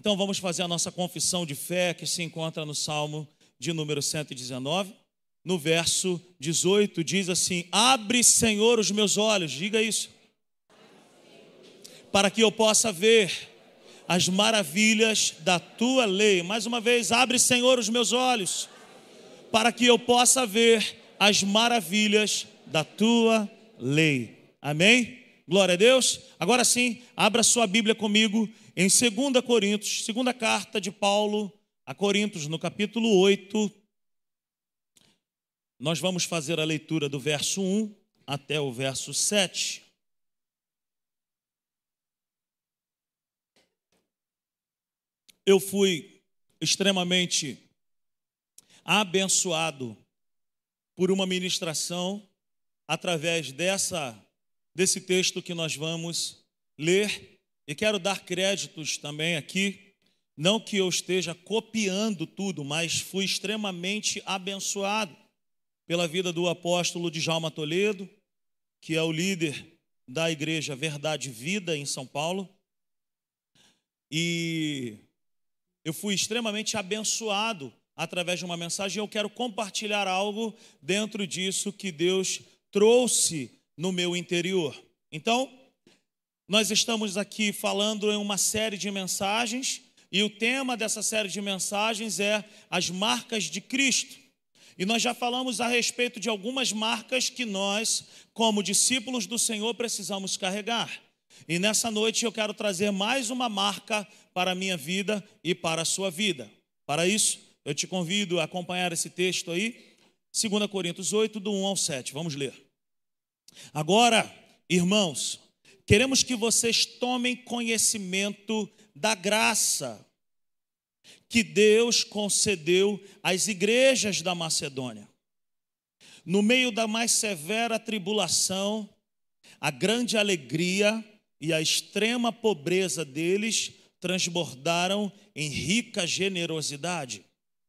Então vamos fazer a nossa confissão de fé, que se encontra no Salmo de número 119. No verso 18 diz assim: abre, Senhor, os meus olhos, diga isso, para que eu possa ver as maravilhas da tua lei. Mais uma vez, abre, Senhor, os meus olhos, para que eu possa ver as maravilhas da tua lei. Amém? Glória a Deus. Agora sim, abra sua Bíblia comigo em 2 Coríntios, segunda carta de Paulo a Coríntios, no capítulo 8. Nós vamos fazer a leitura do verso 1 até o verso 7. Eu fui extremamente abençoado por uma ministração através desse texto que nós vamos ler, e quero dar créditos também aqui, não que eu esteja copiando tudo, mas fui extremamente abençoado pela vida do apóstolo Djalma Toledo, que é o líder da Igreja Verdade e Vida em São Paulo, e eu fui extremamente abençoado através de uma mensagem, e eu quero compartilhar algo dentro disso que Deus trouxe no meu interior. Então, nós estamos aqui falando em uma série de mensagens, e o tema dessa série de mensagens é as marcas de Cristo. E nós já falamos a respeito de algumas marcas que nós, como discípulos do Senhor, precisamos carregar. E nessa noite eu quero trazer mais uma marca para a minha vida e para a sua vida. Para isso, eu te convido a acompanhar esse texto aí, 2 Coríntios 8, do 1 ao 7. Vamos ler. Agora, irmãos, queremos que vocês tomem conhecimento da graça que Deus concedeu às igrejas da Macedônia. No meio da mais severa tribulação, a grande alegria e a extrema pobreza deles transbordaram em rica generosidade.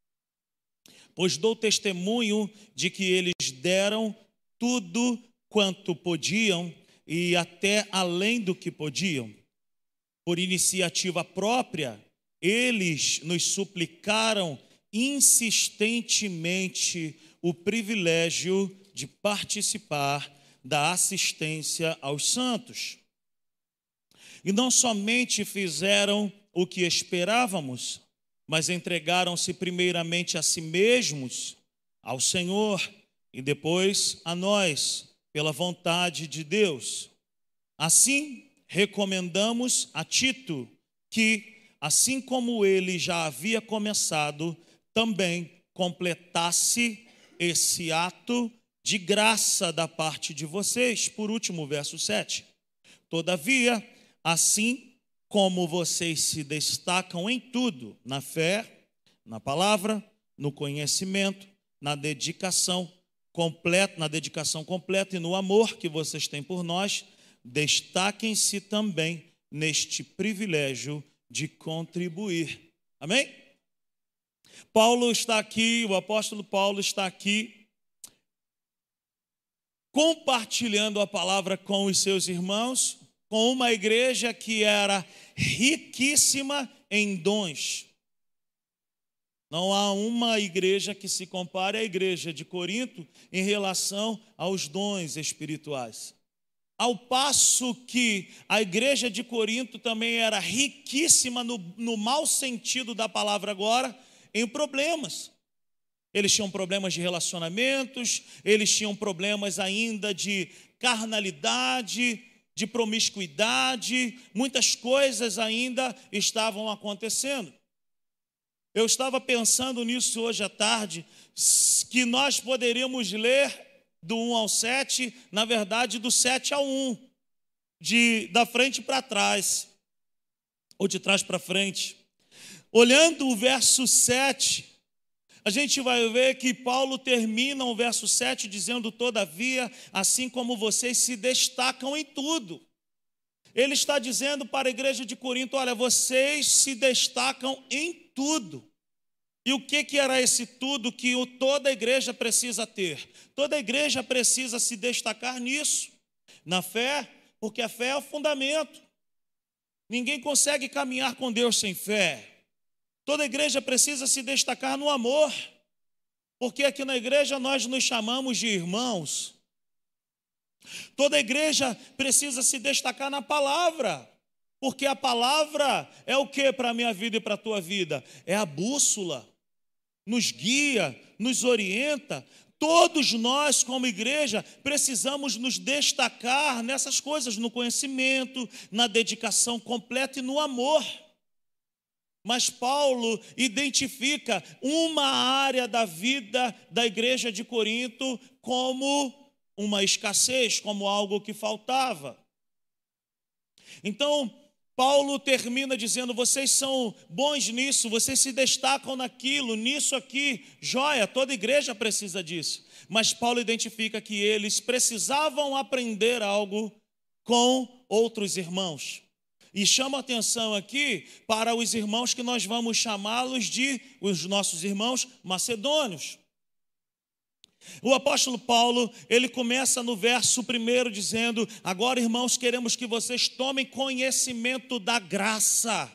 Pois dou testemunho de que eles deram tudo quanto podiam e até além do que podiam. Por iniciativa própria, eles nos suplicaram insistentemente o privilégio de participar da assistência aos santos. E não somente fizeram o que esperávamos, mas entregaram-se primeiramente a si mesmos, ao Senhor, e depois a nós, pela vontade de Deus. Assim, recomendamos a Tito que, assim como ele já havia começado, também completasse esse ato de graça da parte de vocês. Por último, verso 7. Todavia, assim como vocês se destacam em tudo, na fé, na palavra, no conhecimento, na dedicação completa e no amor que vocês têm por nós, destaquem-se também neste privilégio de contribuir. Amém? Paulo está aqui, o apóstolo Paulo está aqui compartilhando a palavra com os seus irmãos, com uma igreja que era riquíssima em dons. Não há uma igreja que se compare à igreja de Corinto em relação aos dons espirituais. Ao passo que a igreja de Corinto também era riquíssima no mau sentido da palavra agora, em problemas. Eles tinham problemas de relacionamentos, eles tinham problemas ainda de carnalidade, de promiscuidade, muitas coisas ainda estavam acontecendo. Eu estava pensando nisso hoje à tarde, que nós poderíamos ler do 1 ao 7, na verdade do 7 ao 1, da frente para trás, ou de trás para frente. Olhando o verso 7, a gente vai ver que Paulo termina o verso 7 dizendo: todavia, assim como vocês se destacam em tudo. Ele está dizendo para a igreja de Corinto: olha, vocês se destacam em tudo. E o que era esse tudo que toda a igreja precisa ter? Toda a igreja precisa se destacar nisso, na fé, porque a fé é o fundamento. Ninguém consegue caminhar com Deus sem fé. Toda igreja precisa se destacar no amor, porque aqui na igreja nós nos chamamos de irmãos. Toda igreja precisa se destacar na palavra, porque a palavra é o que para a minha vida e para a tua vida? É a bússola, nos guia, nos orienta. Todos nós, como igreja, precisamos nos destacar nessas coisas, no conhecimento, na dedicação completa e no amor. Mas Paulo identifica uma área da vida da igreja de Corinto como uma escassez, como algo que faltava. Então, Paulo termina dizendo: vocês são bons nisso, vocês se destacam naquilo, nisso aqui, joia, toda igreja precisa disso. Mas Paulo identifica que eles precisavam aprender algo com outros irmãos. E chama a atenção aqui para os irmãos que nós vamos chamá-los de os nossos irmãos macedônios. O apóstolo Paulo, ele começa no verso 1 dizendo: agora, irmãos, queremos que vocês tomem conhecimento da graça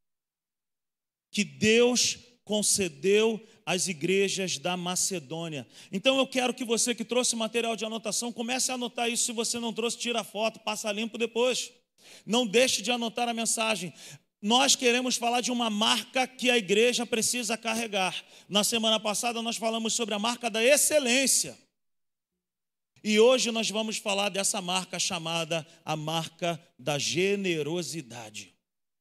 que Deus concedeu às igrejas da Macedônia. Então eu quero que você que trouxe material de anotação comece a anotar isso. Se você não trouxe, tira a foto, passa limpo depois. Não deixe de anotar a mensagem. Nós queremos falar de uma marca que a igreja precisa carregar. Na semana passada nós falamos sobre a marca da excelência. E hoje nós vamos falar dessa marca chamada a marca da generosidade.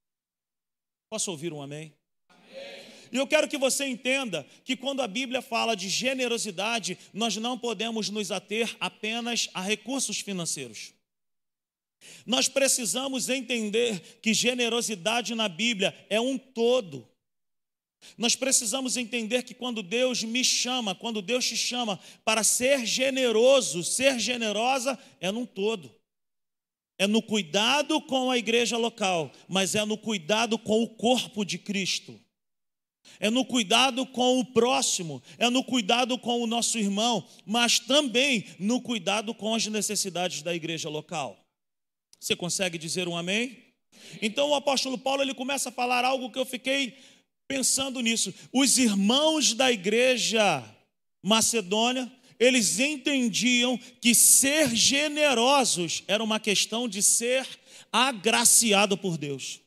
Posso ouvir um amém? Amém. E eu quero que você entenda que quando a Bíblia fala de generosidade, nós não podemos nos ater apenas a recursos financeiros. Nós precisamos entender que generosidade na Bíblia é um todo. Nós precisamos entender que quando Deus me chama, quando Deus te chama para ser generoso, ser generosa, é num todo. É no cuidado com a igreja local, mas é no cuidado com o corpo de Cristo. É no cuidado com o próximo, é no cuidado com o nosso irmão, mas também no cuidado com as necessidades da igreja local. Você consegue dizer um amém? Então o apóstolo Paulo, ele começa a falar algo que eu fiquei pensando nisso. Os irmãos da igreja macedônia, eles entendiam que ser generosos era uma questão de ser agraciado por Deus.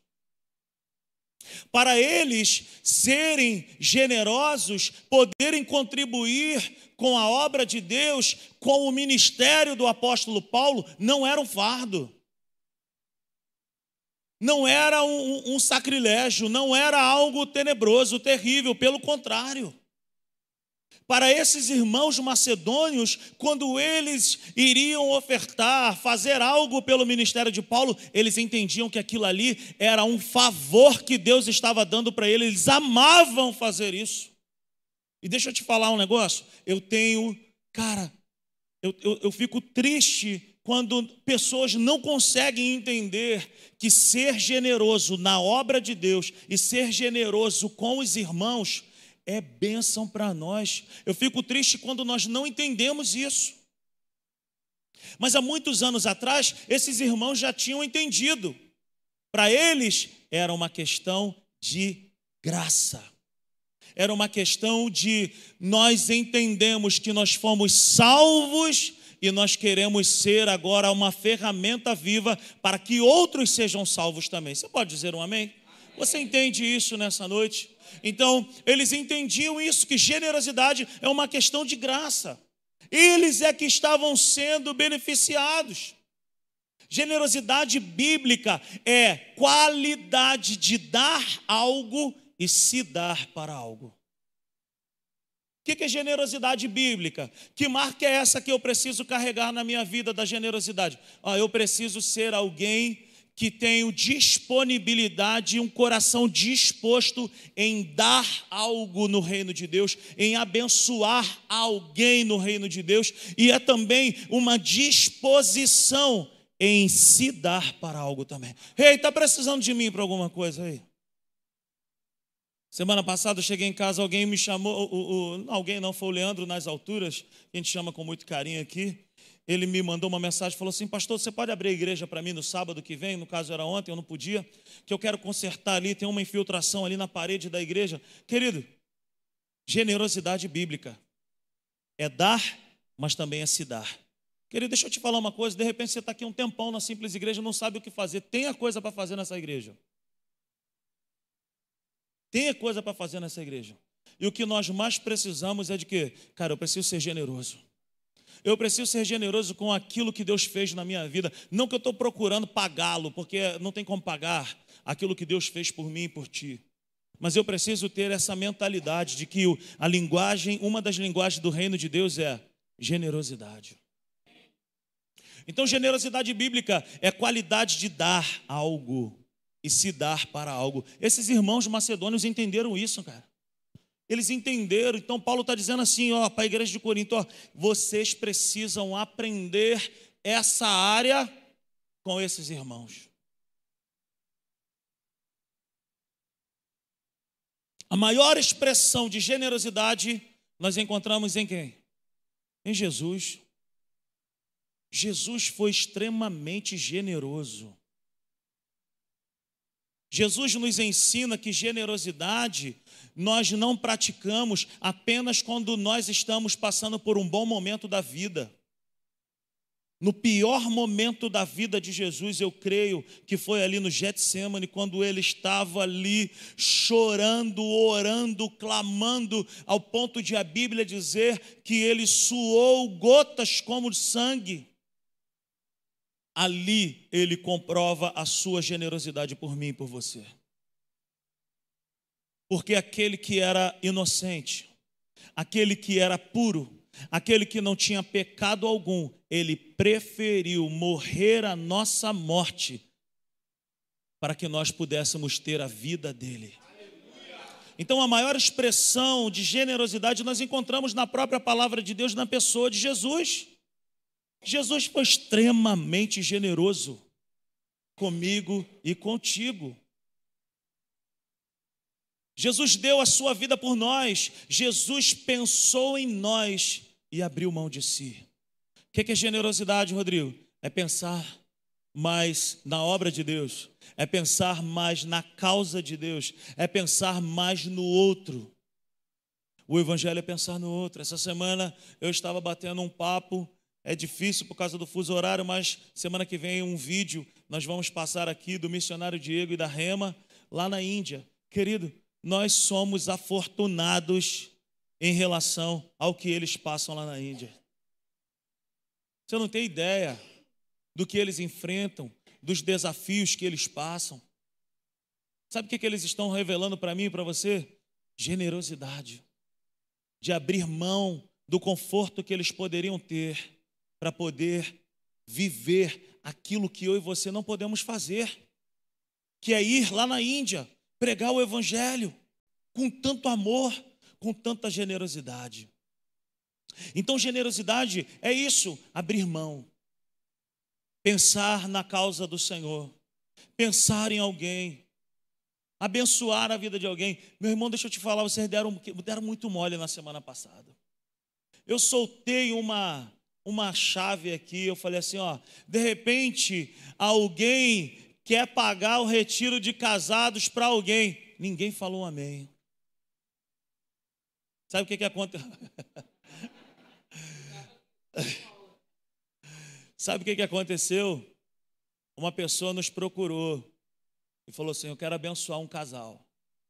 Para eles serem generosos, poderem contribuir com a obra de Deus, com o ministério do apóstolo Paulo, não era um fardo. Não era um sacrilégio, não era algo tenebroso, terrível, pelo contrário. Para esses irmãos macedônios, quando eles iriam ofertar, fazer algo pelo ministério de Paulo, eles entendiam que aquilo ali era um favor que Deus estava dando para eles. Eles amavam fazer isso. E deixa eu te falar um negócio. Eu fico triste quando pessoas não conseguem entender que ser generoso na obra de Deus e ser generoso com os irmãos é bênção para nós. Eu fico triste quando nós não entendemos isso. Mas há muitos anos atrás, esses irmãos já tinham entendido. Para eles, era uma questão de graça. Era uma questão de nós entendemos que nós fomos salvos e nós queremos ser agora uma ferramenta viva para que outros sejam salvos também. Você pode dizer um amém? Você entende isso nessa noite? Então, eles entendiam isso, que generosidade é uma questão de graça. Eles é que estavam sendo beneficiados. Generosidade bíblica é qualidade de dar algo e se dar para algo. O que é generosidade bíblica? Que marca é essa que eu preciso carregar na minha vida da generosidade? Eu preciso ser alguém que tenho disponibilidade e um coração disposto em dar algo no reino de Deus, em abençoar alguém no reino de Deus, e é também uma disposição em se dar para algo também. Ei, está precisando de mim para alguma coisa aí? Semana passada eu cheguei em casa, alguém me chamou, alguém não, foi o Leandro nas alturas, que a gente chama com muito carinho aqui, ele me mandou uma mensagem, falou assim: pastor, você pode abrir a igreja para mim no sábado que vem? No caso era ontem, eu não podia, que eu quero consertar ali, tem uma infiltração ali na parede da igreja. Querido, generosidade bíblica é dar, mas também é se dar. Querido, deixa eu te falar uma coisa, de repente você está aqui um tempão na simples igreja, não sabe o que fazer, tenha coisa para fazer nessa igreja. Tenha coisa para fazer nessa igreja. E o que nós mais precisamos é de quê? Cara, eu preciso ser generoso. Eu preciso ser generoso com aquilo que Deus fez na minha vida. Não que eu estou procurando pagá-lo, porque não tem como pagar aquilo que Deus fez por mim e por ti. Mas eu preciso ter essa mentalidade de que a linguagem, uma das linguagens do reino de Deus é generosidade. Então, generosidade bíblica é qualidade de dar algo e se dar para algo. Esses irmãos macedônios entenderam isso, cara. Eles entenderam. Então, Paulo está dizendo assim, ó, para a igreja de Corinto, ó, vocês precisam aprender essa área com esses irmãos. A maior expressão de generosidade nós encontramos em quem? Em Jesus. Jesus foi extremamente generoso. Jesus nos ensina que generosidade nós não praticamos apenas quando nós estamos passando por um bom momento da vida. No pior momento da vida de Jesus, eu creio que foi ali no Getsêmani, quando ele estava ali chorando, orando, clamando, ao ponto de a Bíblia dizer que ele suou gotas como sangue. Ali ele comprova a sua generosidade por mim e por você. Porque aquele que era inocente, aquele que era puro, aquele que não tinha pecado algum, ele preferiu morrer a nossa morte para que nós pudéssemos ter a vida dele. Então a maior expressão de generosidade nós encontramos na própria palavra de Deus, na pessoa de Jesus. Jesus foi extremamente generoso comigo e contigo. Jesus deu a sua vida por nós. Jesus pensou em nós e abriu mão de si. O que é generosidade, Rodrigo? É pensar mais na obra de Deus. É pensar mais na causa de Deus. É pensar mais no outro. O evangelho é pensar no outro. Essa semana eu estava batendo um papo. É difícil por causa do fuso horário, mas semana que vem um vídeo nós vamos passar aqui do missionário Diego e da Rema lá na Índia. Querido, nós somos afortunados em relação ao que eles passam lá na Índia. Você não tem ideia do que eles enfrentam, dos desafios que eles passam. Sabe o que eles estão revelando para mim e para você? Generosidade. De abrir mão do conforto que eles poderiam ter para poder viver aquilo que eu e você não podemos fazer, que é ir lá na Índia, pregar o evangelho com tanto amor, com tanta generosidade. Então, generosidade é isso, abrir mão, pensar na causa do Senhor, pensar em alguém, abençoar a vida de alguém. Meu irmão, deixa eu te falar, vocês deram muito mole na semana passada. Eu soltei uma chave aqui, eu falei assim, ó, de repente alguém quer pagar o retiro de casados para alguém. Ninguém falou amém. Sabe o que aconteceu? Sabe o que aconteceu? Uma pessoa nos procurou e falou assim, eu quero abençoar um casal.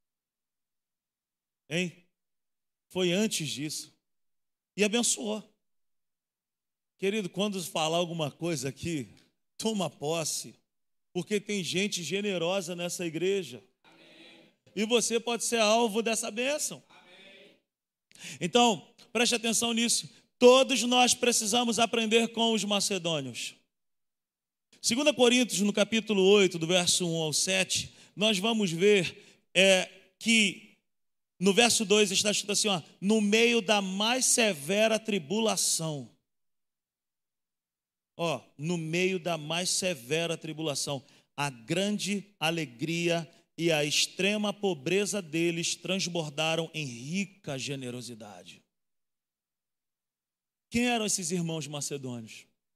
Hein? Foi antes disso. E abençoou. Querido, quando falar alguma coisa aqui, toma posse, porque tem gente generosa nessa igreja. Amém. E você pode ser alvo dessa bênção. Amém. Então, preste atenção nisso. Todos nós precisamos aprender com os macedônios. 2 Coríntios, no capítulo 8, do verso 1 ao 7, nós vamos ver que no verso 2 está escrito assim, ó, no meio da mais severa tribulação. Ó, no meio da mais severa tribulação, a grande alegria e a extrema pobreza deles transbordaram em rica generosidade. Quem eram esses irmãos macedônios?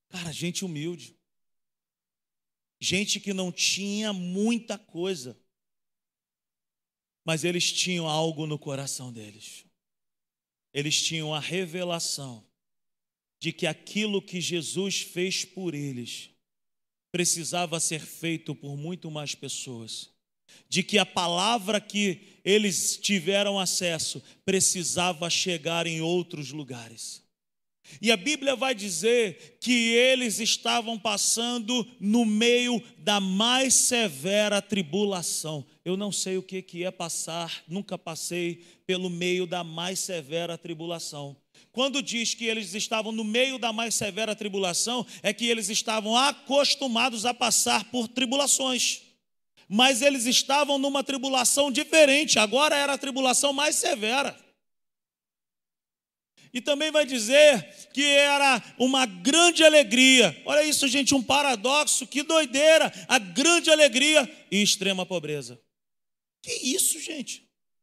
Cara, gente humilde. Gente que não tinha muita coisa, mas eles tinham algo no coração deles. Eles tinham a revelação de que aquilo que Jesus fez por eles precisava ser feito por muito mais pessoas. De que a palavra que eles tiveram acesso precisava chegar em outros lugares. E a Bíblia vai dizer que eles estavam passando no meio da mais severa tribulação. Eu não sei o que é passar, nunca passei pelo meio da mais severa tribulação. Quando diz que eles estavam no meio da mais severa tribulação, é que eles estavam acostumados a passar por tribulações. Mas eles estavam numa tribulação diferente, agora era a tribulação mais severa. E também vai dizer que era uma grande alegria. Olha isso, gente, um paradoxo, que doideira. A grande alegria e extrema pobreza. Que isso, gente?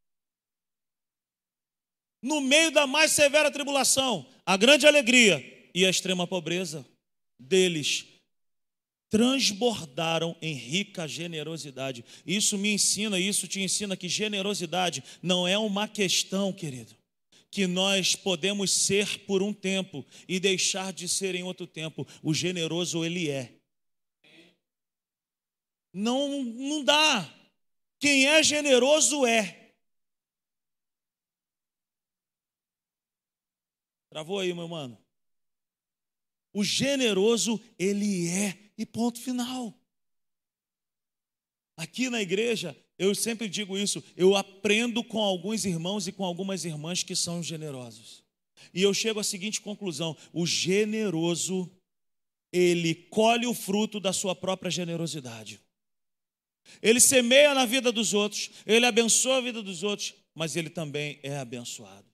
No meio da mais severa tribulação, a grande alegria e a extrema pobreza deles transbordaram em rica generosidade. Isso me ensina, isso te ensina que generosidade não é uma questão, querido, que nós podemos ser por um tempo e deixar de ser em outro tempo. O generoso, ele é. Não dá. Quem é generoso é. Travou aí, meu mano? O generoso, ele é. E ponto final. Aqui na igreja, eu sempre digo isso, eu aprendo com alguns irmãos e com algumas irmãs que são generosos. E eu chego à seguinte conclusão: o generoso, ele colhe o fruto da sua própria generosidade. Ele semeia na vida dos outros, ele abençoa a vida dos outros, mas ele também é abençoado.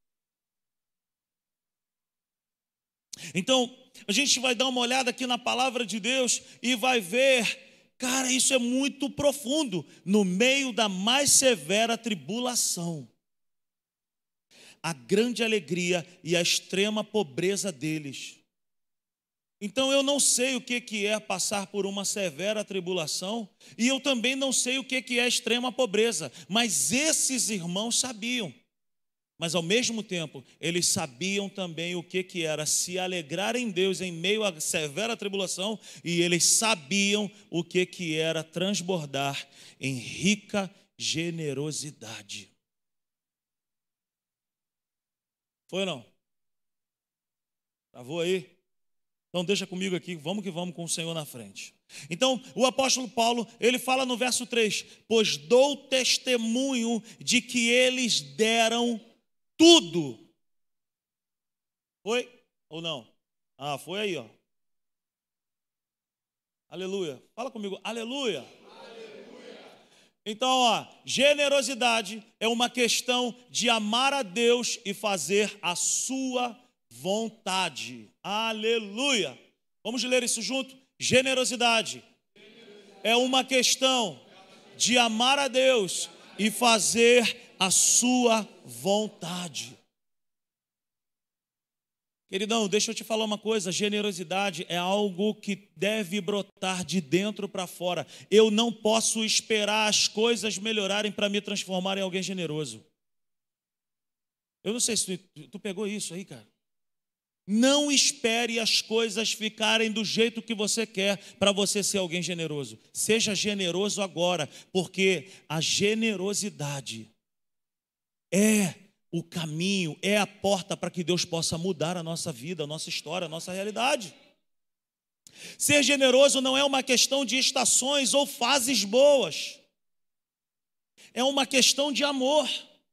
Então, a gente vai dar uma olhada aqui na palavra de Deus e vai ver, cara, isso é muito profundo. No meio da mais severa tribulação, a grande alegria e a extrema pobreza deles. Então eu não sei o que é passar por uma severa tribulação, e eu também não sei o que é extrema pobreza, mas esses irmãos sabiam. Mas ao mesmo tempo, eles sabiam também o que era se alegrar em Deus em meio à severa tribulação, e eles sabiam o que era transbordar em rica generosidade. Foi ou não? Travou aí? Então deixa comigo aqui, vamos que vamos com o Senhor na frente. Então o apóstolo Paulo, ele fala no verso 3: pois dou testemunho de que eles deram tudo. Foi ou não? Ah, foi aí, ó. Aleluia. Fala comigo, aleluia. Aleluia. Então, ó, generosidade é uma questão de amar a Deus e fazer a sua vontade. Aleluia. Vamos ler isso junto? Generosidade é uma questão de amar a Deus e fazer a sua vontade. Queridão, deixa eu te falar uma coisa: generosidade é algo que deve brotar de dentro para fora. Eu não posso esperar as coisas melhorarem para me transformar em alguém generoso. Eu não sei se tu pegou isso aí, cara. Não espere as coisas ficarem do jeito que você quer para você ser alguém generoso. Seja generoso agora, porque a generosidade é o caminho, é a porta para que Deus possa mudar a nossa vida, a nossa história, a nossa realidade. Ser generoso não é uma questão de estações ou fases boas. É uma questão de amor.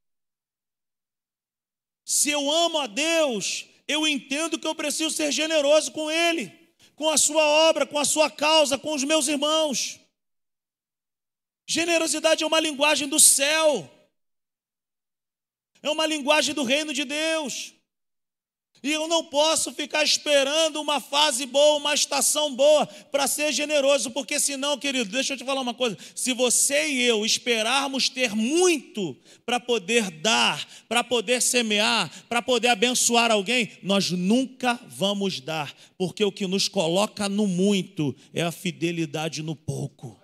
Se eu amo a Deus, eu entendo que eu preciso ser generoso com Ele, com a sua obra, com a sua causa, com os meus irmãos. Generosidade é uma linguagem do céu. É uma linguagem do reino de Deus. E eu não posso ficar esperando uma fase boa, uma estação boa para ser generoso, porque senão, querido, deixa eu te falar uma coisa, se você e eu esperarmos ter muito para poder dar, para poder semear, para poder abençoar alguém, nós nunca vamos dar, porque o que nos coloca no muito é a fidelidade no pouco.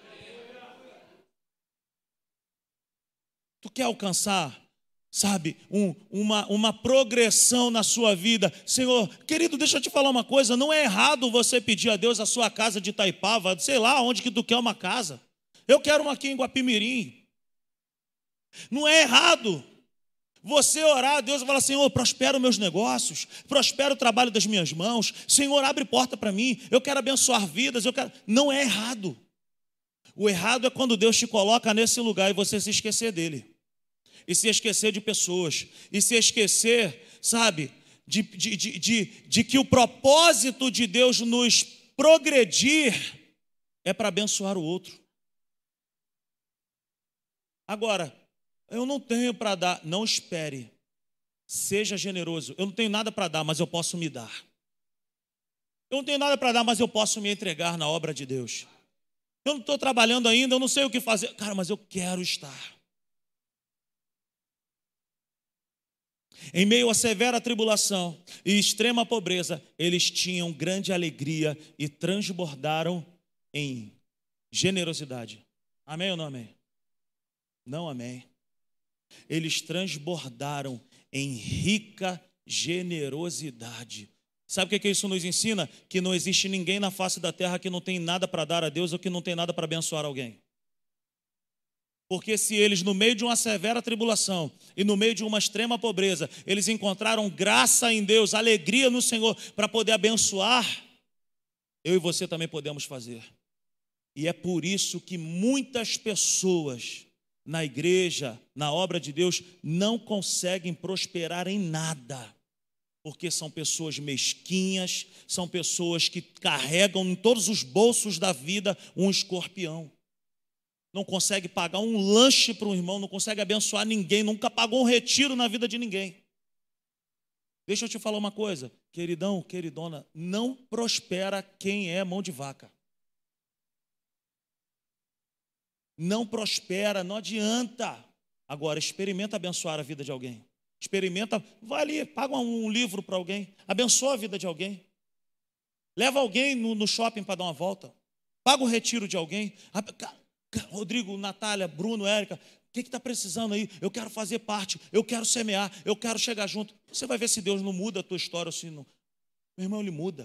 Tu quer alcançar, sabe, uma progressão na sua vida? Senhor, querido, deixa eu te falar uma coisa, não é errado você pedir a Deus a sua casa de Itaipava, sei lá onde que tu quer uma casa. Eu quero uma aqui em Guapimirim. Não é errado você orar a Deus e falar: Senhor, prospera os meus negócios, prospera o trabalho das minhas mãos, Senhor, abre porta para mim, eu quero abençoar vidas, eu quero. Não é errado. O errado é quando Deus te coloca nesse lugar e você se esquecer dele. E se esquecer de pessoas, e se esquecer, sabe, de que o propósito de Deus nos progredir é para abençoar o outro. Agora, eu não tenho para dar, não espere, seja generoso. Eu não tenho nada para dar, mas eu posso me dar. Eu não tenho nada para dar, mas eu posso me entregar na obra de Deus. Eu não estou trabalhando ainda, eu não sei o que fazer, cara, mas eu quero estar. Em meio a severa tribulação e extrema pobreza, eles tinham grande alegria e transbordaram em generosidade. Amém ou não amém? Não amém. Eles transbordaram em rica generosidade. Sabe o que isso nos ensina? Que não existe ninguém na face da terra que não tem nada para dar a Deus ou que não tem nada para abençoar alguém. Porque se eles, no meio de uma severa tribulação e no meio de uma extrema pobreza, eles encontraram graça em Deus, alegria no Senhor para poder abençoar, eu e você também podemos fazer. E é por isso que muitas pessoas na igreja, na obra de Deus, não conseguem prosperar em nada. Porque são pessoas mesquinhas, são pessoas que carregam em todos os bolsos da vida um escorpião. Não consegue pagar um lanche para um irmão, não consegue abençoar ninguém, nunca pagou um retiro na vida de ninguém. Deixa eu te falar uma coisa, queridão, queridona, não prospera quem é mão de vaca. Não prospera, não adianta. Agora, experimenta abençoar a vida de alguém. Experimenta, vai ali, paga um livro para alguém, abençoa a vida de alguém. Leva alguém no shopping para dar uma volta. Paga o retiro de alguém. Rodrigo, Natália, Bruno, Érica, o que está precisando aí? Eu quero fazer parte, eu quero semear, eu quero chegar junto. Você vai ver se Deus não muda a tua história ou se não. Meu irmão, Ele muda.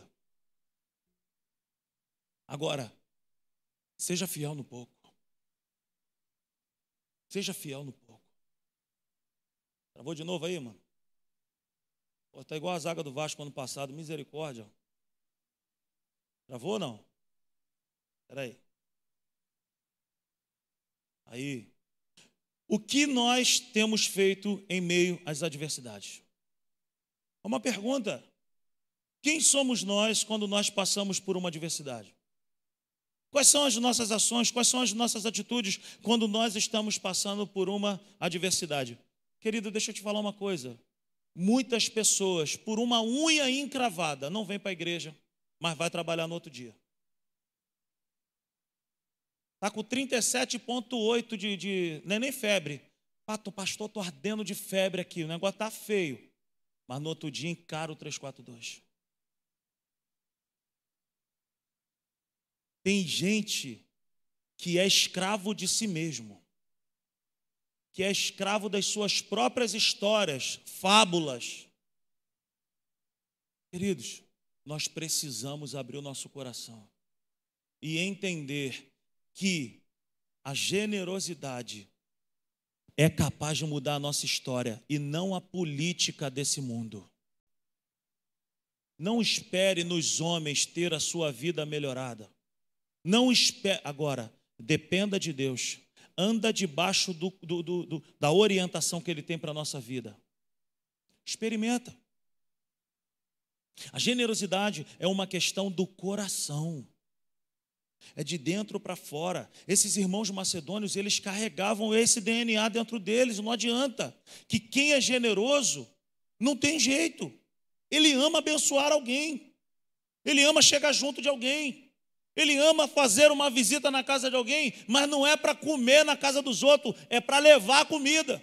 Agora, seja fiel no pouco. Seja fiel no pouco. Travou de novo aí, mano? Está igual a zaga do Vasco ano passado, misericórdia. Travou ou não? Espera aí. Aí, o que nós temos feito em meio às adversidades? Uma pergunta: quem somos nós quando nós passamos por uma adversidade? Quais são as nossas ações, quais são as nossas atitudes quando nós estamos passando por uma adversidade? Querido, deixa eu te falar uma coisa. Muitas pessoas, por uma unha encravada, não vêm para a igreja, mas vai trabalhar no outro dia. Está com 37,8 não é nem febre. Pastor, estou ardendo de febre aqui, o negócio está feio. Mas no outro dia encara o 342. Tem gente que é escravo de si mesmo, que é escravo das suas próprias histórias, fábulas. Queridos, nós precisamos abrir o nosso coração e entender que a generosidade é capaz de mudar a nossa história e não a política desse mundo. Não espere nos homens ter a sua vida melhorada. Não espere. Agora, dependa de Deus. Anda debaixo da orientação que Ele tem para a nossa vida. Experimenta. A generosidade é uma questão do coração. É de dentro para fora. Esses irmãos macedônios, eles carregavam esse DNA dentro deles. Não adianta. Que quem é generoso não tem jeito. Ele ama abençoar alguém. Ele ama chegar junto de alguém. Ele ama fazer uma visita na casa de alguém, mas não é para comer na casa dos outros, é para levar a comida.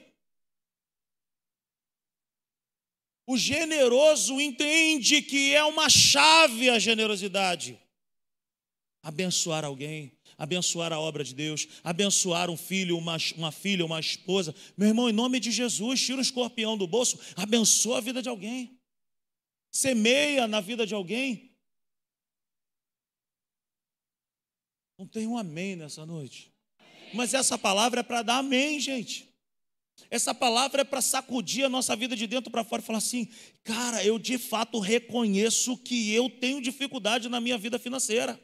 O generoso entende que é uma chave a generosidade. Abençoar alguém, abençoar a obra de Deus, abençoar um filho, uma filha, uma esposa. Meu irmão, em nome de Jesus, tira um escorpião do bolso, abençoa a vida de alguém. Semeia na vida de alguém. Não tem um amém nessa noite. Mas essa palavra é para dar amém, gente. Essa palavra é para sacudir a nossa vida de dentro para fora e falar assim: cara, eu de fato reconheço que eu tenho dificuldade na minha vida financeira.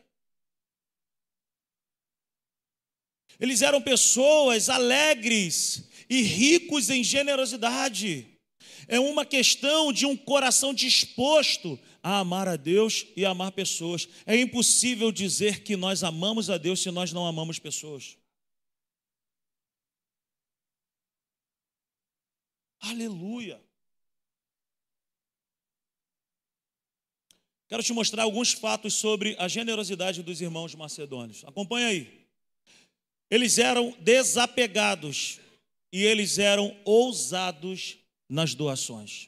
Eles eram pessoas alegres e ricos em generosidade. É uma questão de um coração disposto a amar a Deus e a amar pessoas. É impossível dizer que nós amamos a Deus se nós não amamos pessoas. Aleluia. Quero te mostrar alguns fatos sobre a generosidade dos irmãos macedônios. Acompanha aí. Eles eram desapegados e eles eram ousados nas doações.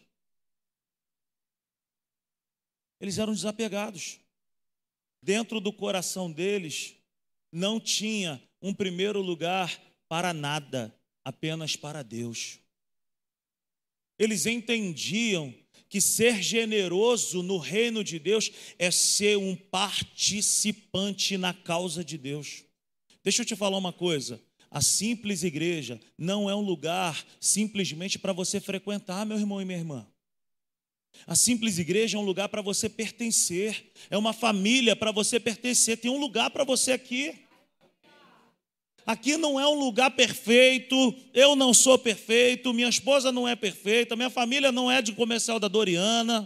Eles eram desapegados. Dentro do coração deles não tinha um primeiro lugar para nada, apenas para Deus. Eles entendiam que ser generoso no reino de Deus é ser um participante na causa de Deus. Deixa eu te falar uma coisa. A simples igreja não é um lugar simplesmente para você frequentar, meu irmão e minha irmã. A simples igreja é um lugar para você pertencer. É uma família para você pertencer. Tem um lugar para você aqui. Aqui não é um lugar perfeito, eu não sou perfeito, minha esposa não é perfeita, minha família não é de comercial da Doriana.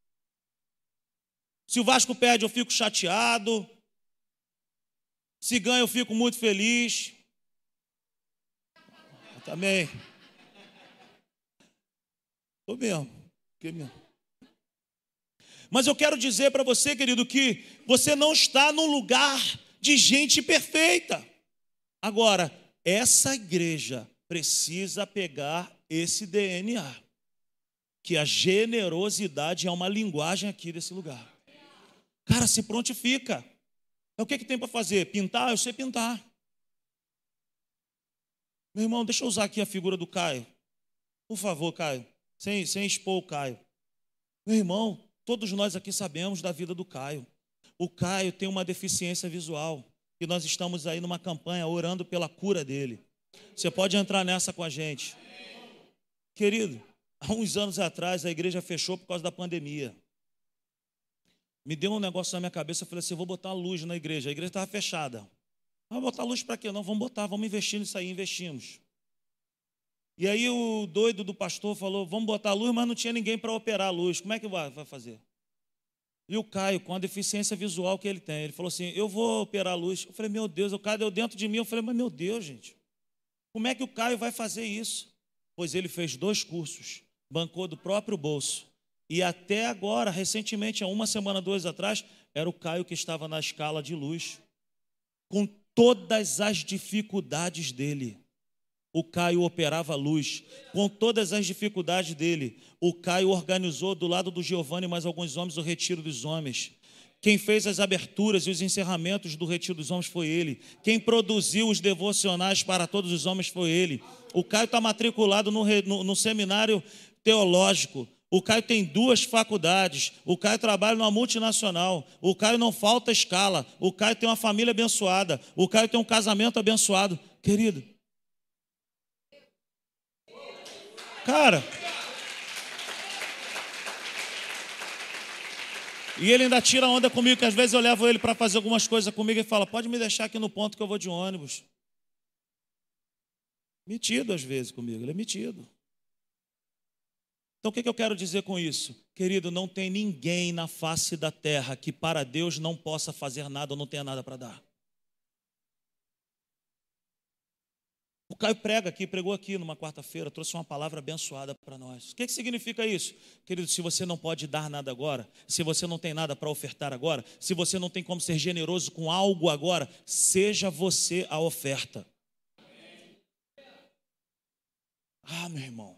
Se o Vasco perde, eu fico chateado. Se ganha, eu fico muito feliz. Eu também. Estou mesmo. Mas eu quero dizer para você, querido, que você não está num lugar de gente perfeita. Agora, essa igreja precisa pegar esse DNA, que a generosidade é uma linguagem aqui desse lugar. Cara, se prontifica. O que tem para fazer? Pintar? Eu sei pintar. Meu irmão, deixa eu usar aqui a figura do Caio. Por favor, Caio, sem expor o Caio. Meu irmão, todos nós aqui sabemos da vida do Caio. O Caio tem uma deficiência visual. E nós estamos aí numa campanha orando pela cura dele. Você pode entrar nessa com a gente. Querido, há uns anos atrás a igreja fechou por causa da pandemia. Me deu um negócio na minha cabeça, eu falei assim, eu vou botar luz na igreja. A igreja estava fechada. Mas botar luz para quê? Não, vamos botar, vamos investir nisso aí, investimos. E aí o doido do pastor falou, vamos botar luz, mas não tinha ninguém para operar a luz. Como é que vai fazer? E o Caio, com a deficiência visual que ele tem, ele falou assim, eu vou operar a luz. Eu falei, meu Deus, o Caio deu dentro de mim. Eu falei, mas meu Deus, gente, como é que o Caio vai fazer isso? Pois ele fez 2 cursos, bancou do próprio bolso. E até agora, recentemente, há uma semana, 2 atrás, era o Caio que estava na escala de luz. Com todas as dificuldades dele, o Caio operava luz. Com todas as dificuldades dele, o Caio organizou do lado do Giovanni e mais alguns homens o retiro dos homens. Quem fez as aberturas e os encerramentos do retiro dos homens foi ele. Quem produziu os devocionais para todos os homens foi ele. O Caio está matriculado no seminário teológico. O Caio tem 2 faculdades. O Caio trabalha numa multinacional. O Caio não falta escala. O Caio tem uma família abençoada. O Caio tem um casamento abençoado. Querido, cara, e ele ainda tira onda comigo, que às vezes eu levo ele para fazer algumas coisas comigo e fala, pode me deixar aqui no ponto que eu vou de ônibus. Metido às vezes comigo, ele é metido. Então o que eu quero dizer com isso? Querido, não tem ninguém na face da terra que para Deus não possa fazer nada ou não tenha nada para dar. O Caio pregou aqui numa quarta-feira, trouxe uma palavra abençoada para nós. O que significa isso? Querido, se você não pode dar nada agora, se você não tem nada para ofertar agora, se você não tem como ser generoso com algo agora, seja você a oferta. Ah, meu irmão,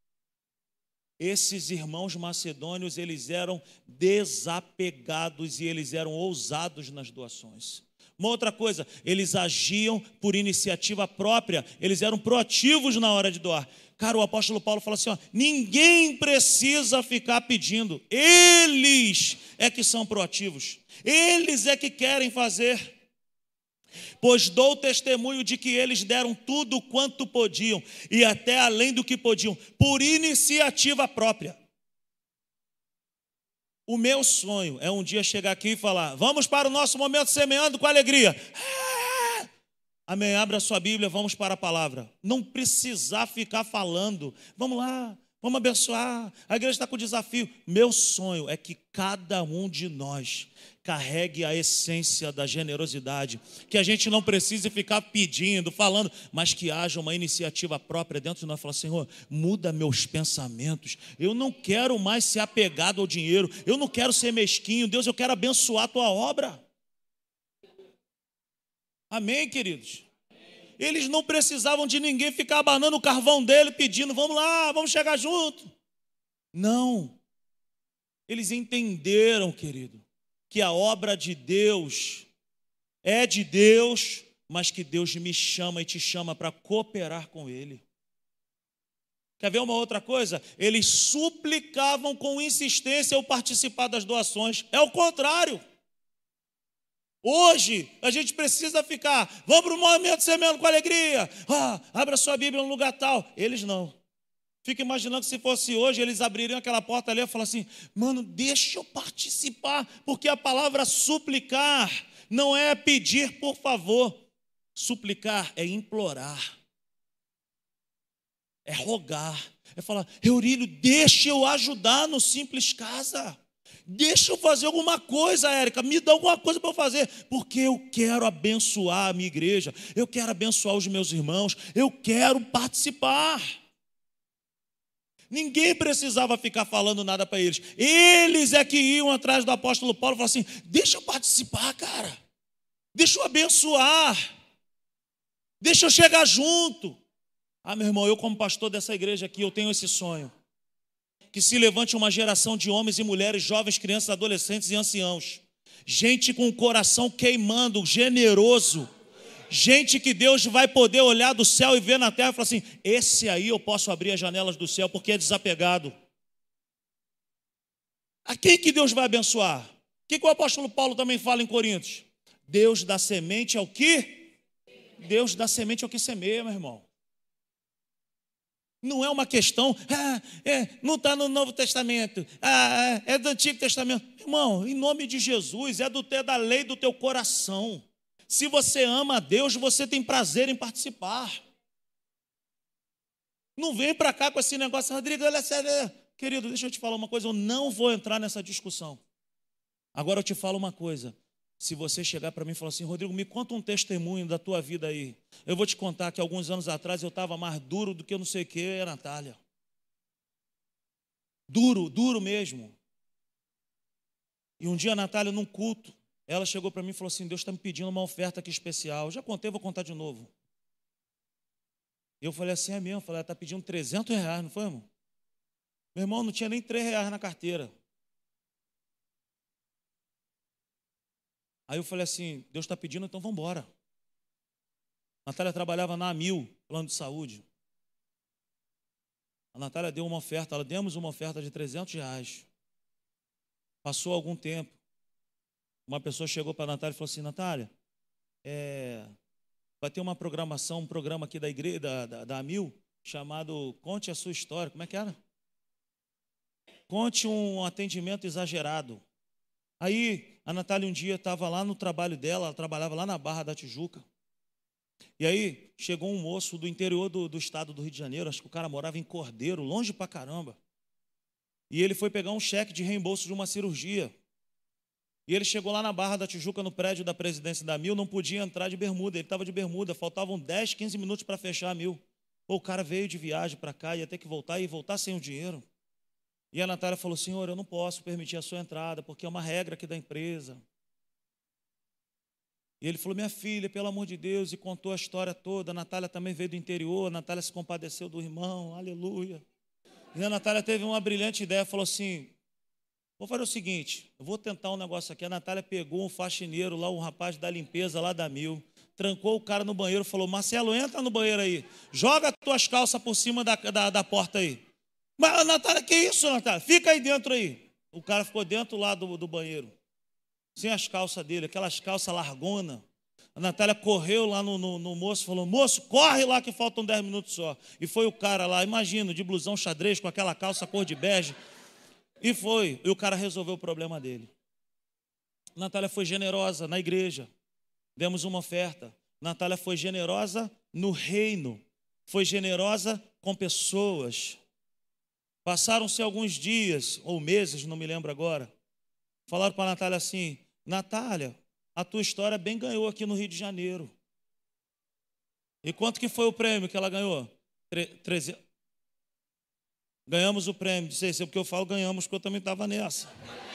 esses irmãos macedônios, eles eram desapegados e eles eram ousados nas doações. Uma outra coisa, eles agiam por iniciativa própria, eles eram proativos na hora de doar. Cara, o apóstolo Paulo fala assim, ó, ninguém precisa ficar pedindo, eles é que são proativos, eles é que querem fazer. Pois dou testemunho de que eles deram tudo quanto podiam, e até além do que podiam, por iniciativa própria. O meu sonho é um dia chegar aqui e falar, vamos para o nosso momento semeando com alegria. Amém, abra a sua Bíblia, vamos para a palavra. Não precisar ficar falando, vamos lá, vamos abençoar, a igreja está com desafio. Meu sonho é que cada um de nós carregue a essência da generosidade, que a gente não precise ficar pedindo, falando, mas que haja uma iniciativa própria dentro de nós, falar, Senhor, muda meus pensamentos, eu não quero mais ser apegado ao dinheiro, eu não quero ser mesquinho, Deus, eu quero abençoar a tua obra. Amém, queridos? Eles não precisavam de ninguém ficar abanando o carvão dele, pedindo, vamos lá, vamos chegar junto. Não, eles entenderam, querido, que a obra de Deus é de Deus, mas que Deus me chama e te chama para cooperar com Ele. Quer ver uma outra coisa? Eles suplicavam com insistência ao participar das doações. É o contrário. Hoje, a gente precisa ficar, vamos para o momento semeando com alegria. Abra sua Bíblia no lugar tal. Eles não. Fica imaginando que se fosse hoje, eles abririam aquela porta ali e falaram assim, mano, deixa eu participar, porque a palavra suplicar não é pedir por favor. Suplicar é implorar, é rogar, é falar, Eurílio, deixa eu ajudar no Simples Casa. Deixa eu fazer alguma coisa, Érica, me dá alguma coisa para eu fazer, porque eu quero abençoar a minha igreja, eu quero abençoar os meus irmãos, eu quero participar. Ninguém precisava ficar falando nada para eles. Eles é que iam atrás do apóstolo Paulo e falaram assim, deixa eu participar, cara. Deixa eu abençoar. Deixa eu chegar junto. Ah, meu irmão, eu como pastor dessa igreja aqui, eu tenho esse sonho. Que se levante uma geração de homens e mulheres, jovens, crianças, adolescentes e anciãos. Gente com o coração queimando, generoso. Gente que Deus vai poder olhar do céu e ver na terra e falar assim, esse aí eu posso abrir as janelas do céu porque é desapegado. A quem que Deus vai abençoar? O que o apóstolo Paulo também fala em Coríntios? Deus dá semente ao que? Deus dá semente ao que semeia, meu irmão. Não é uma questão, não está no Novo Testamento, é do Antigo Testamento. Irmão, em nome de Jesus, é da lei do teu coração. Se você ama a Deus, você tem prazer em participar. Não vem para cá com esse negócio, Rodrigo, olha sério. Querido, deixa eu te falar uma coisa, eu não vou entrar nessa discussão. Agora eu te falo uma coisa. Se você chegar para mim e falar assim, Rodrigo, me conta um testemunho da tua vida aí. Eu vou te contar que alguns anos atrás eu estava mais duro do que eu não sei o que, a Natália. Duro mesmo. E um dia a Natália, num culto, ela chegou para mim e falou assim, Deus está me pedindo uma oferta aqui especial. Eu já contei, vou contar de novo. Eu falei assim, é mesmo? Eu falei, ela está pedindo R$300, não foi, irmão? Meu irmão, não tinha nem R$3 na carteira. Aí eu falei assim, Deus está pedindo, então vamos embora. A Natália trabalhava na AMIL, plano de saúde. A Natália deu uma oferta, demos uma oferta de R$300. Passou algum tempo. Uma pessoa chegou para a Natália e falou assim, Natália, vai ter uma programação, um programa aqui da igreja, da AMIL, chamado Conte a Sua História. Como é que era? Conte um atendimento exagerado. Aí a Natália um dia estava lá no trabalho dela, ela trabalhava lá na Barra da Tijuca. E aí chegou um moço do interior do estado do Rio de Janeiro, acho que o cara morava em Cordeiro, longe pra caramba. E ele foi pegar um cheque de reembolso de uma cirurgia. E ele chegou lá na Barra da Tijuca, no prédio da presidência da Mil, não podia entrar de bermuda, ele estava de bermuda, faltavam 10, 15 minutos para fechar a Mil. Pô, o cara veio de viagem para cá, ia ter que voltar e voltar sem o dinheiro. E a Natália falou: senhor, eu não posso permitir a sua entrada, porque é uma regra aqui da empresa. E ele falou: minha filha, pelo amor de Deus, e contou a história toda. A Natália também veio do interior, a Natália se compadeceu do irmão, aleluia. E a Natália teve uma brilhante ideia, falou assim: vou fazer o seguinte, eu vou tentar um negócio aqui. A Natália pegou um faxineiro lá, um rapaz da limpeza lá da Mil, trancou o cara no banheiro, falou: Marcelo, entra no banheiro aí, joga as tuas calças por cima da porta aí. Mas a Natália, que isso, Natália? Fica aí dentro aí. O cara ficou dentro lá do banheiro, sem as calças dele, aquelas calças largona. A Natália correu lá no moço, falou: moço, corre lá que faltam 10 minutos só. E foi o cara lá, imagina, de blusão xadrez, com aquela calça cor de bege. E foi, e o cara resolveu o problema dele. A Natália foi generosa na igreja, demos uma oferta. A Natália foi generosa no reino, foi generosa com pessoas. Passaram-se alguns dias, ou meses, não me lembro agora. Falaram para a Natália assim: Natália, a tua história bem ganhou aqui no Rio de Janeiro. E quanto que foi o prêmio que ela ganhou? 300. Ganhamos o prêmio, disse isso, porque eu falo ganhamos, porque eu também estava nessa.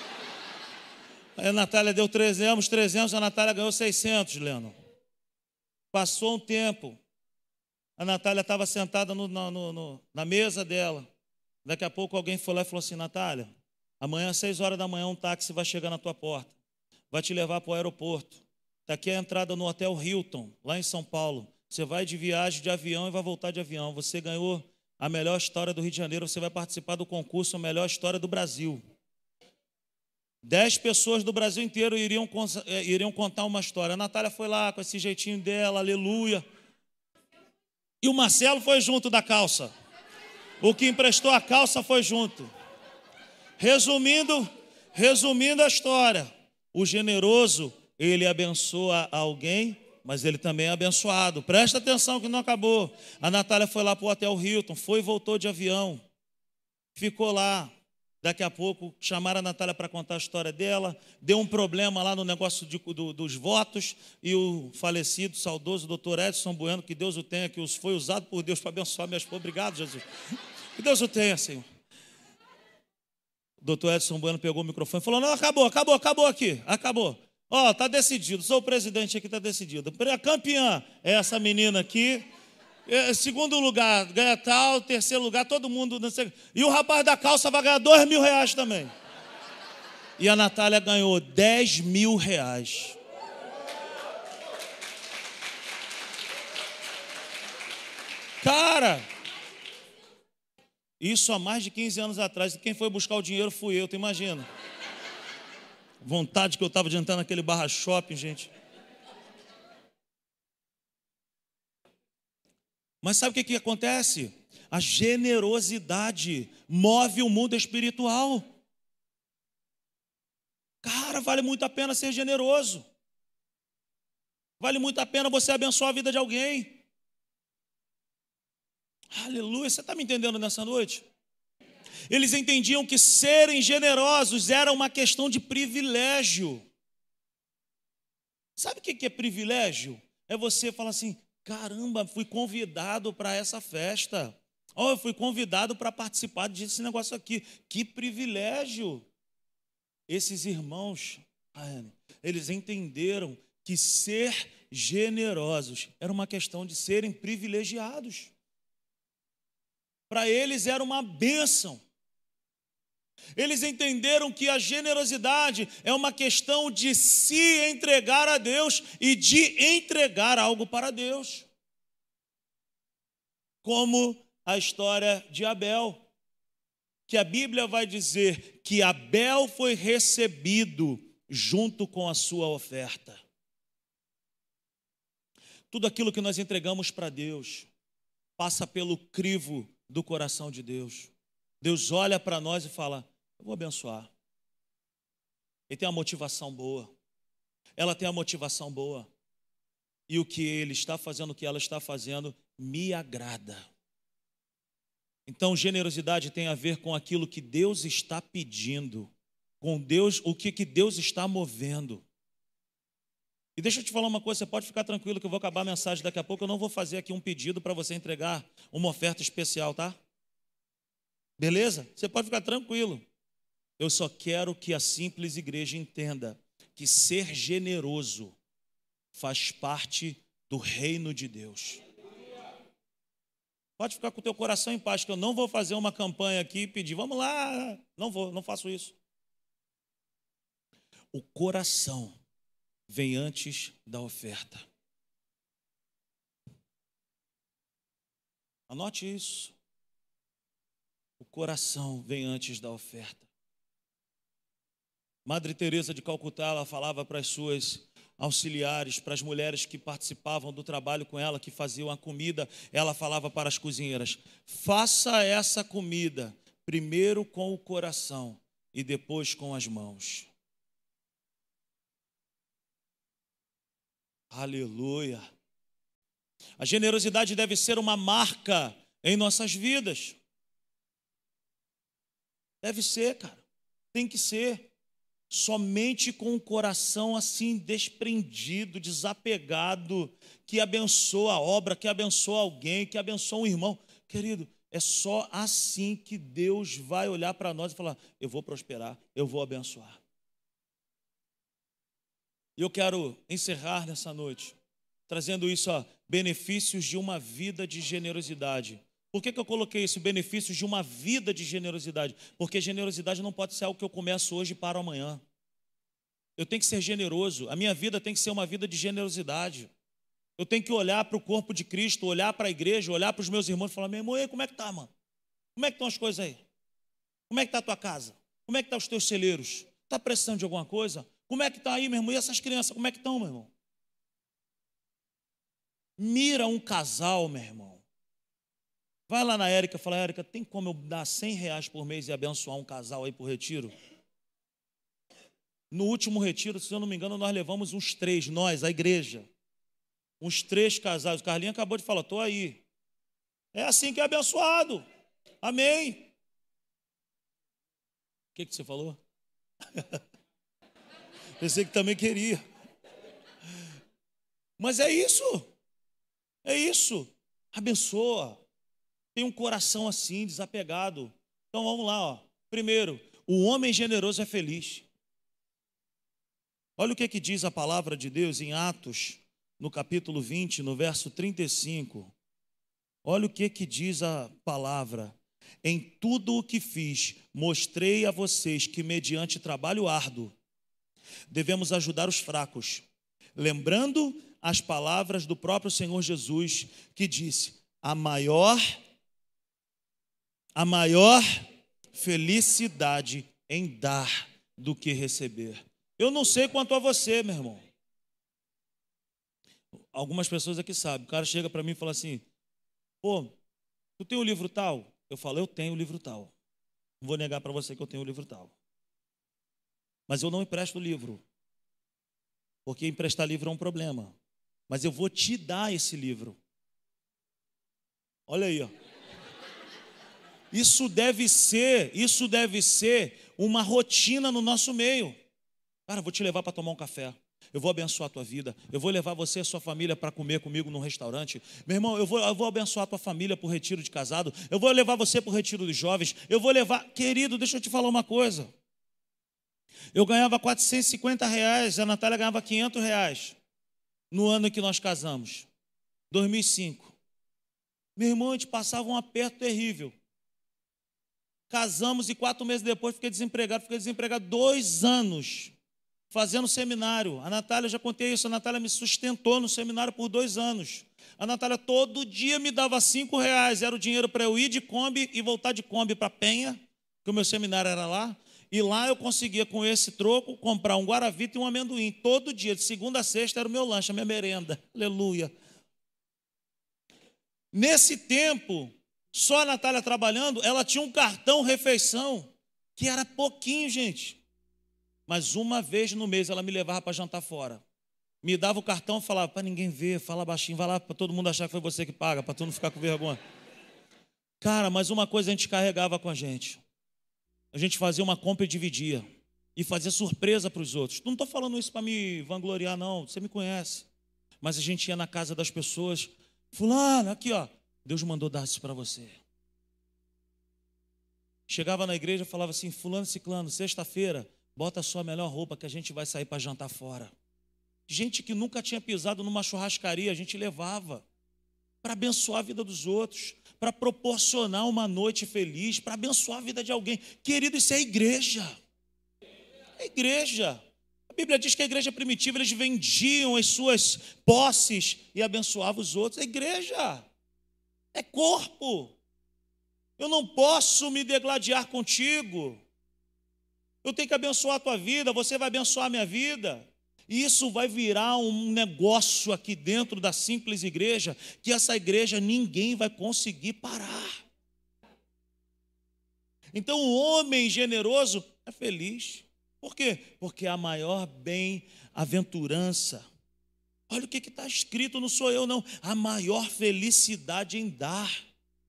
Aí a Natália deu 300, a Natália ganhou 600, Leno. Passou um tempo, a Natália estava sentada na mesa dela. Daqui a pouco alguém foi lá e falou assim: Natália, amanhã às 6 horas da manhã um táxi vai chegar na tua porta, vai te levar para o aeroporto. Está aqui a entrada no Hotel Hilton, lá em São Paulo. Você vai de viagem de avião e vai voltar de avião. Você ganhou a melhor história do Rio de Janeiro, você vai participar do concurso A Melhor História do Brasil. 10 pessoas do Brasil inteiro iriam contar uma história. A Natália foi lá com esse jeitinho dela, aleluia. E o Marcelo foi junto da calça. O que emprestou a calça foi junto. Resumindo a história, o generoso, ele abençoa alguém, mas ele também é abençoado. Presta atenção que não acabou. A Natália foi lá para o Hotel Hilton, foi e voltou de avião. Ficou lá. Daqui a pouco chamaram a Natália para contar a história dela. Deu um problema lá no negócio dos votos. E o falecido, saudoso doutor Edson Bueno, que Deus o tenha, que foi usado por Deus para abençoar minha esposa. Obrigado, Jesus. Que Deus o tenha, Senhor. O doutor Edson Bueno pegou o microfone e falou: não, acabou aqui, acabou. Ó, está decidido, sou o presidente aqui, está decidido. A campeã é essa menina aqui. Segundo lugar, ganha tal. Terceiro lugar, todo mundo. Não sei. E o rapaz da calça vai ganhar R$2.000 também. E a Natália ganhou R$10.000. Cara, isso há mais de 15 anos atrás. E quem foi buscar o dinheiro fui eu, tu imagina? Vontade que eu estava de entrar naquele barra shopping, gente. Mas sabe o que acontece? A generosidade move o mundo espiritual. Cara, vale muito a pena ser generoso. Vale muito a pena você abençoar a vida de alguém. Aleluia, você está me entendendo nessa noite? Eles entendiam que serem generosos era uma questão de privilégio. Sabe o que é privilégio? É você falar assim: caramba, fui convidado para essa festa. Eu fui convidado para participar desse negócio aqui. Que privilégio. Esses irmãos, eles entenderam que ser generosos era uma questão de serem privilegiados. Para eles era uma bênção. Eles entenderam que a generosidade é uma questão de se entregar a Deus e de entregar algo para Deus. Como a história de Abel, que a Bíblia vai dizer que Abel foi recebido junto com a sua oferta. Tudo aquilo que nós entregamos para Deus passa pelo crivo do coração de Deus. Deus olha para nós e fala: eu vou abençoar. Ele tem uma motivação boa. Ela tem a motivação boa. E o que ele está fazendo, o que ela está fazendo, me agrada. Então, generosidade tem a ver com aquilo que Deus está pedindo. com Deus, o que Deus está movendo. E deixa eu te falar uma coisa, você pode ficar tranquilo que eu vou acabar a mensagem daqui a pouco, eu não vou fazer aqui um pedido para você entregar uma oferta especial, tá? Beleza? Você pode ficar tranquilo. Eu só quero que a simples igreja entenda que ser generoso faz parte do reino de Deus. Pode ficar com o teu coração em paz, que eu não vou fazer uma campanha aqui e pedir, vamos lá, não faço isso. O coração vem antes da oferta. Anote isso. O coração vem antes da oferta. Madre Teresa de Calcutá, ela falava para as suas auxiliares, para as mulheres que participavam do trabalho com ela, que faziam a comida, ela falava para as cozinheiras: faça essa comida primeiro com o coração e depois com as mãos. Aleluia. A generosidade deve ser uma marca em nossas vidas. Deve ser, cara. Tem que ser. Somente com o coração assim desprendido, desapegado, que abençoa a obra, que abençoa alguém, que abençoa um irmão. Querido, é só assim que Deus vai olhar para nós e falar: eu vou prosperar, eu vou abençoar. E eu quero encerrar nessa noite trazendo isso, benefícios de uma vida de generosidade. Por que eu coloquei isso, benefícios de uma vida de generosidade? Porque generosidade não pode ser algo que eu começo hoje para amanhã. Eu tenho que ser generoso, a minha vida tem que ser uma vida de generosidade. Eu tenho que olhar para o corpo de Cristo, olhar para a igreja, olhar para os meus irmãos e falar: meu irmão, e aí, como é que tá, mano? Como é que estão as coisas aí? Como é que está a tua casa? Como é que estão os teus celeiros? Está precisando de alguma coisa? Como é que está aí, meu irmão? E essas crianças, como é que estão, meu irmão? Mira um casal, meu irmão. Vai lá na Érica e fala: Érica, tem como eu dar R$100 por mês e abençoar um casal aí por retiro? No último retiro, se eu não me engano, nós levamos uns 3, nós, a igreja. Uns 3 casais. O Carlinhos acabou de falar: estou aí. É assim que é abençoado. Amém. O que você falou? Pensei que também queria. Mas é isso. É isso. Abençoa. Tem um coração assim, desapegado. Então vamos lá. Primeiro, o homem generoso é feliz. Olha o que diz a palavra de Deus em Atos, no capítulo 20, no verso 35. Olha o que diz a palavra: em tudo o que fiz, mostrei a vocês que mediante trabalho árduo, devemos ajudar os fracos, lembrando as palavras do próprio Senhor Jesus, que disse: a maior felicidade em dar do que receber. Eu não sei quanto a você, meu irmão. Algumas pessoas aqui sabem. O cara chega para mim e fala assim: pô, tu tem o livro tal? Eu falo: eu tenho o livro tal. Não vou negar para você que eu tenho o livro tal. Mas eu não empresto o livro, porque emprestar livro é um problema. Mas eu vou te dar esse livro. Olha aí, ó. Isso deve ser uma rotina no nosso meio. Cara, eu vou te levar para tomar um café. Eu vou abençoar a tua vida. Eu vou levar você e a sua família para comer comigo num restaurante. Meu irmão, eu vou abençoar a tua família para o retiro de casado. Eu vou levar você para o retiro dos jovens. Eu vou levar... Querido, deixa eu te falar uma coisa. Eu ganhava R$450, a Natália ganhava R$500 no ano em que nós casamos. 2005. Meu irmão, a gente passava um aperto terrível. Casamos e 4 meses depois fiquei desempregado. Fiquei desempregado 2 anos. Fazendo seminário. A Natália, já contei isso, a Natália me sustentou no seminário por 2 anos. A Natália todo dia me dava R$5, era o dinheiro para eu ir de Kombi e voltar de Kombi para Penha, que o meu seminário era lá. E lá eu conseguia, com esse troco, comprar um guaravita e um amendoim. Todo dia, de segunda a sexta, era o meu lanche, a minha merenda. Aleluia. Nesse tempo, só a Natália trabalhando, ela tinha um cartão refeição, que era pouquinho, gente. Mas uma vez no mês ela me levava para jantar fora. Me dava o cartão e falava: para ninguém ver, fala baixinho, vai lá para todo mundo achar que foi você que paga, para tu não ficar com vergonha. Cara, mas uma coisa a gente carregava com a gente. A gente fazia uma compra e dividia. e fazer surpresa para os outros. Não estou falando isso para me vangloriar, não, você me conhece. Mas a gente ia na casa das pessoas, fulano, aqui ó, Deus mandou dar isso para você. Chegava na igreja e falava assim, fulano, ciclano, sexta-feira, bota a sua melhor roupa que a gente vai sair para jantar fora. Gente que nunca tinha pisado numa churrascaria, a gente levava para abençoar a vida dos outros, para proporcionar uma noite feliz, para abençoar a vida de alguém. Querido, isso é igreja. É igreja. A Bíblia diz que a igreja primitiva, eles vendiam as suas posses e abençoavam os outros. É igreja. É corpo. Eu não posso me degladiar contigo. Eu tenho que abençoar a tua vida, você vai abençoar a minha vida. E isso vai virar um negócio aqui dentro da simples igreja, que essa igreja ninguém vai conseguir parar. Então o homem generoso é feliz. Por quê? Porque a maior bem-aventurança, olha o que está escrito, não sou eu não, a maior felicidade em dar.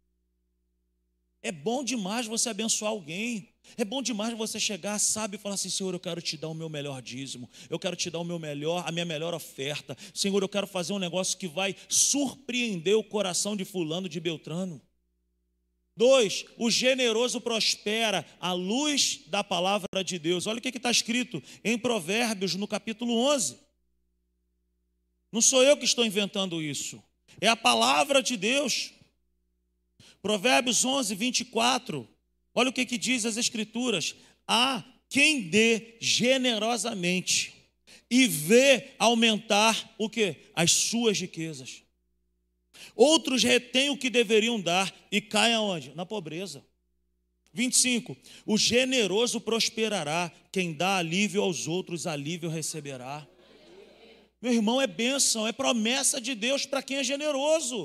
É bom demais você abençoar alguém. É bom demais você chegar, sabe, e falar assim, Senhor, eu quero te dar o meu melhor dízimo, eu quero te dar o meu melhor, a minha melhor oferta. Senhor, eu quero fazer um negócio que vai surpreender o coração de fulano, de Beltrano. 2, o generoso prospera à luz da palavra de Deus. Olha o que está escrito em Provérbios, no capítulo 11. Não sou eu que estou inventando isso, é a palavra de Deus. Provérbios 11, 24. Olha o que diz as Escrituras. Há quem dê generosamente e vê aumentar o quê? As suas riquezas. Outros retêm o que deveriam dar e caem aonde? Na pobreza. 25. O generoso prosperará, quem dá alívio aos outros, alívio receberá. Meu irmão, é bênção, é promessa de Deus para quem é generoso.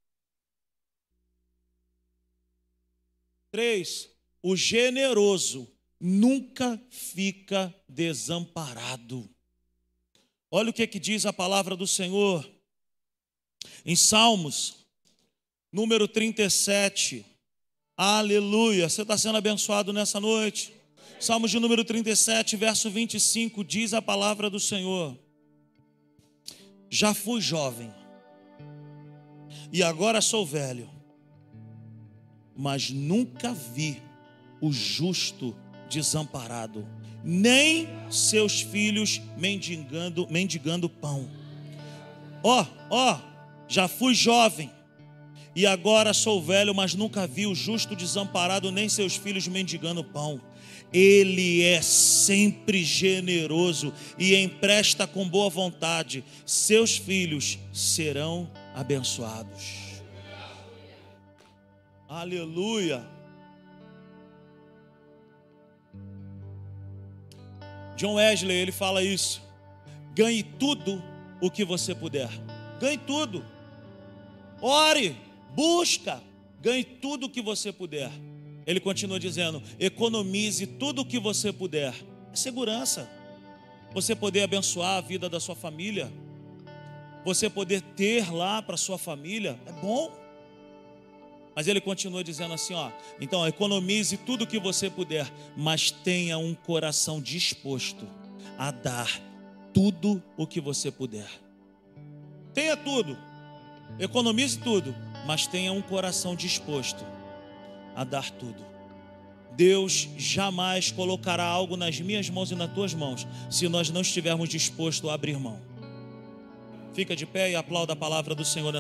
3. O generoso nunca fica desamparado. Olha o que diz a palavra do Senhor em Salmos, número 37. Aleluia, você está sendo abençoado nessa noite. Salmos de número 37, verso 25, diz a palavra do Senhor: já fui jovem e agora sou velho, mas nunca vi o justo desamparado, nem seus filhos mendigando pão. Já fui jovem e agora sou velho, mas nunca vi o justo desamparado, nem seus filhos mendigando pão. Ele é sempre generoso e empresta com boa vontade. Seus filhos serão abençoados. Aleluia. John Wesley, ele fala isso: ganhe tudo o que você puder. Ganhe tudo. Ore, busca, ganhe tudo o que você puder. Ele continua dizendo: economize tudo o que você puder. É segurança. Você poder abençoar a vida da sua família, você poder ter lá para sua família, é bom. Mas ele continua dizendo assim, então economize tudo o que você puder, mas tenha um coração disposto a dar tudo o que você puder. Tenha tudo, economize tudo, mas tenha um coração disposto a dar tudo. Deus jamais colocará algo nas minhas mãos e nas tuas mãos se nós não estivermos dispostos a abrir mão. Fica de pé e aplauda a palavra do Senhor.